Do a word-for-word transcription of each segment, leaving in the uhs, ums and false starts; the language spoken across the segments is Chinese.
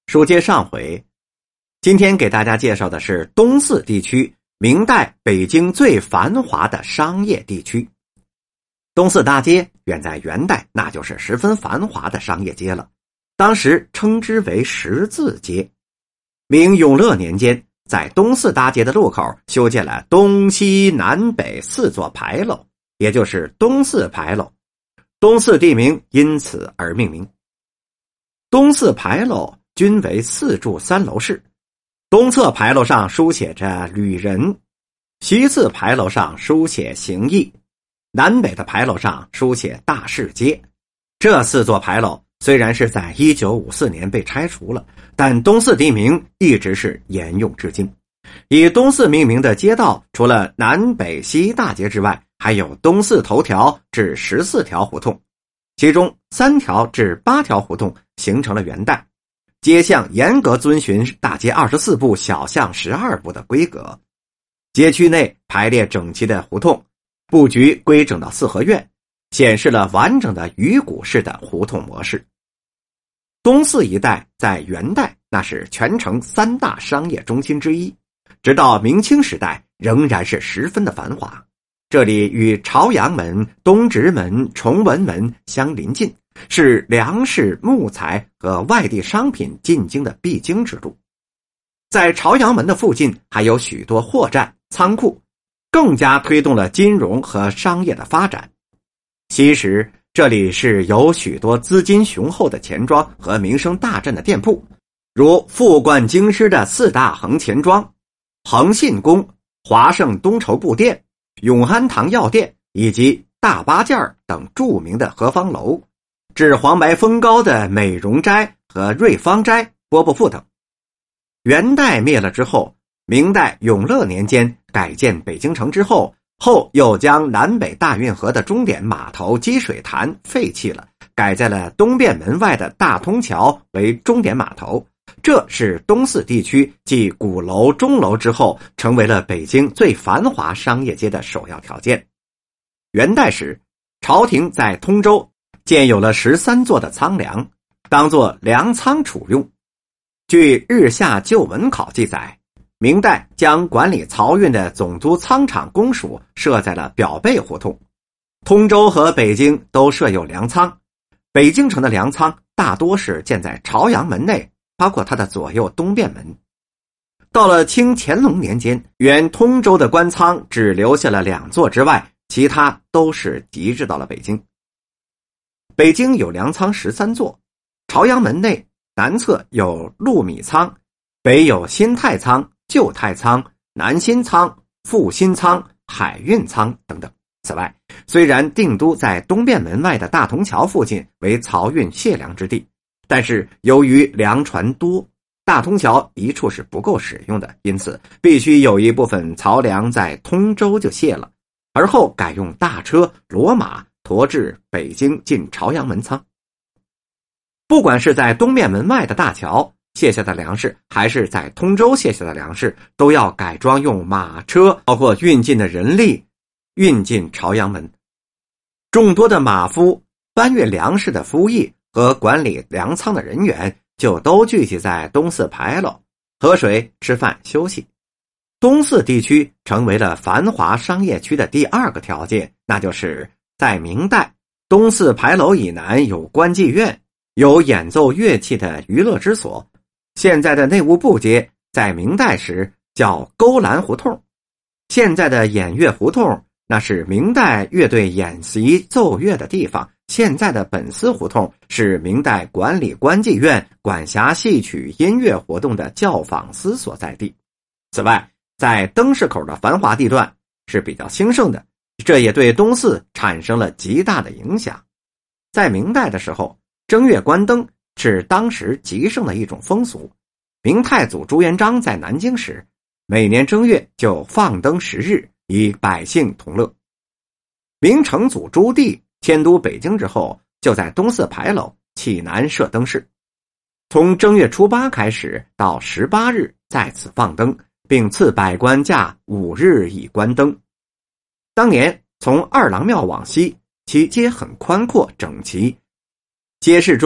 书接上回，今天给大家介绍的是东四地区，明代北京最繁华的商业地区。东四大街远在元代那就是十分繁华的商业街了，当时称之为十字街。明永乐年间，在东四大街的路口修建了东西南北四座牌楼，也就是东四牌楼，东四地名因此而命名。东四牌楼均为四柱三楼式，东侧牌楼上书写着旅人，西侧牌楼上书写行役，南北的牌楼上书写大市街。这四座牌楼虽然是在一九五四年被拆除了，但东四地名一直是沿用至今。以东四命名的街道除了南北西大街之外，还有东四头条至十四条胡同，其中三条至八条胡同形成了元代。街巷严格遵循大街二十四部小巷十二部的规格，街区内排列整齐的胡同，布局规整的四合院，显示了完整的鱼骨式的胡同模式。东四一带在元代那是全城三大商业中心之一，直到明清时代仍然是十分的繁华。这里与朝阳门、东直门、崇文门相邻近，是粮食、木材和外地商品进京的必经之路。在朝阳门的附近还有许多货站、仓库，更加推动了金融和商业的发展。其实这里是有许多资金雄厚的钱庄和名声大振的店铺，如富冠京师的四大恒钱庄、恒信宫、华盛东绸布店、永安堂药店以及大八件等著名的合芳楼，至黄白风高的美容斋和瑞芳斋、饽饽铺等。元代灭了之后，明代永乐年间改建北京城之后，后又将南北大运河的终点码头积水潭废弃了，改在了东便门外的大通桥为终点码头。这是东四地区继鼓楼、钟楼之后，成为了北京最繁华商业街的首要条件。元代时，朝廷在通州建有了十三座的仓粮，当作粮仓储用。据《日下旧文考》记载，明代将管理漕运的总督仓场公署设在了表背胡同。通州和北京都设有粮仓，北京城的粮仓大多是建在朝阳门内，包括它的左右东便门。到了清乾隆年间，原通州的官仓只留下了两座之外，其他都是移至到了北京。北京有粮仓十三座，朝阳门内南侧有陆米仓，北有新太仓、旧太仓、南新仓、复新仓、海运仓等等。此外，虽然定都在东便门外的大同桥附近为漕运卸粮之地，但是由于粮船多，大通桥一处是不够使用的，因此必须有一部分漕粮在通州就卸了，而后改用大车、骡马驮至北京进朝阳门仓。不管是在东便门外的大桥卸下的粮食，还是在通州卸下的粮食，都要改装用马车，包括运进的人力，运进朝阳门。众多的马夫、搬运粮食的夫役和管理粮仓的人员就都聚集在东四牌楼，喝水、吃饭、休息。东四地区成为了繁华商业区的第二个条件，那就是在明代，东四牌楼以南有官妓院，有演奏乐器的娱乐之所。现在的内务部街在明代时叫勾栏胡同，现在的演乐胡同那是明代乐队演习奏乐的地方，现在的本司胡同是明代管理官妓院、管辖戏曲音乐活动的教坊司所在地。此外，在灯市口的繁华地段是比较兴盛的，这也对东四产生了极大的影响。在明代的时候，正月关灯是当时极盛的一种风俗。明太祖朱元璋在南京时，每年正月就放灯十日，与百姓同乐。明成祖朱棣迁都北京之后，就在东四牌楼启南设灯市，从正月初八开始到十八日在此放灯，并赐百官假五日以关灯。当年从二郎庙往西，其街很宽阔整齐，街市中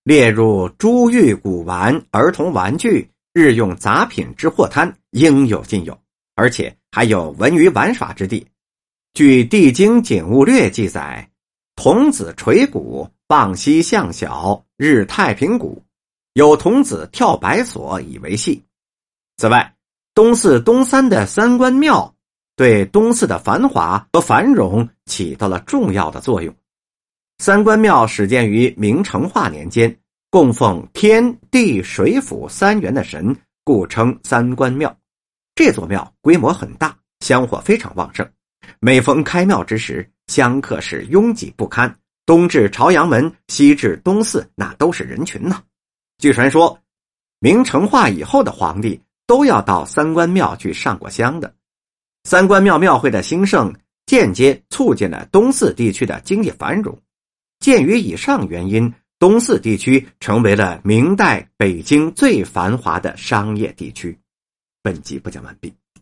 列入珠玉古玩、儿童玩具、日用杂品之货摊，应有尽有，而且还有文娱玩耍之地。据《地经景物略》记载，童子垂鼓，傍溪向小，日太平谷，有童子跳白索以为戏。此外，东四东三的三官庙对东四的繁华和繁荣起到了重要的作用。三官庙始建于明成化年间，供奉天地水府三元的神，故称三官庙。这座庙规模很大，香火非常旺盛，每逢开庙之时，香客是拥挤不堪，东至朝阳门，西至东寺，那都是人群呢。据传说，明成化以后的皇帝都要到三官庙去上过香的。三官庙庙会的兴盛，间接促进了东四地区的经济繁荣。鉴于以上原因，东四地区成为了明代北京最繁华的商业地区。本集播讲完毕。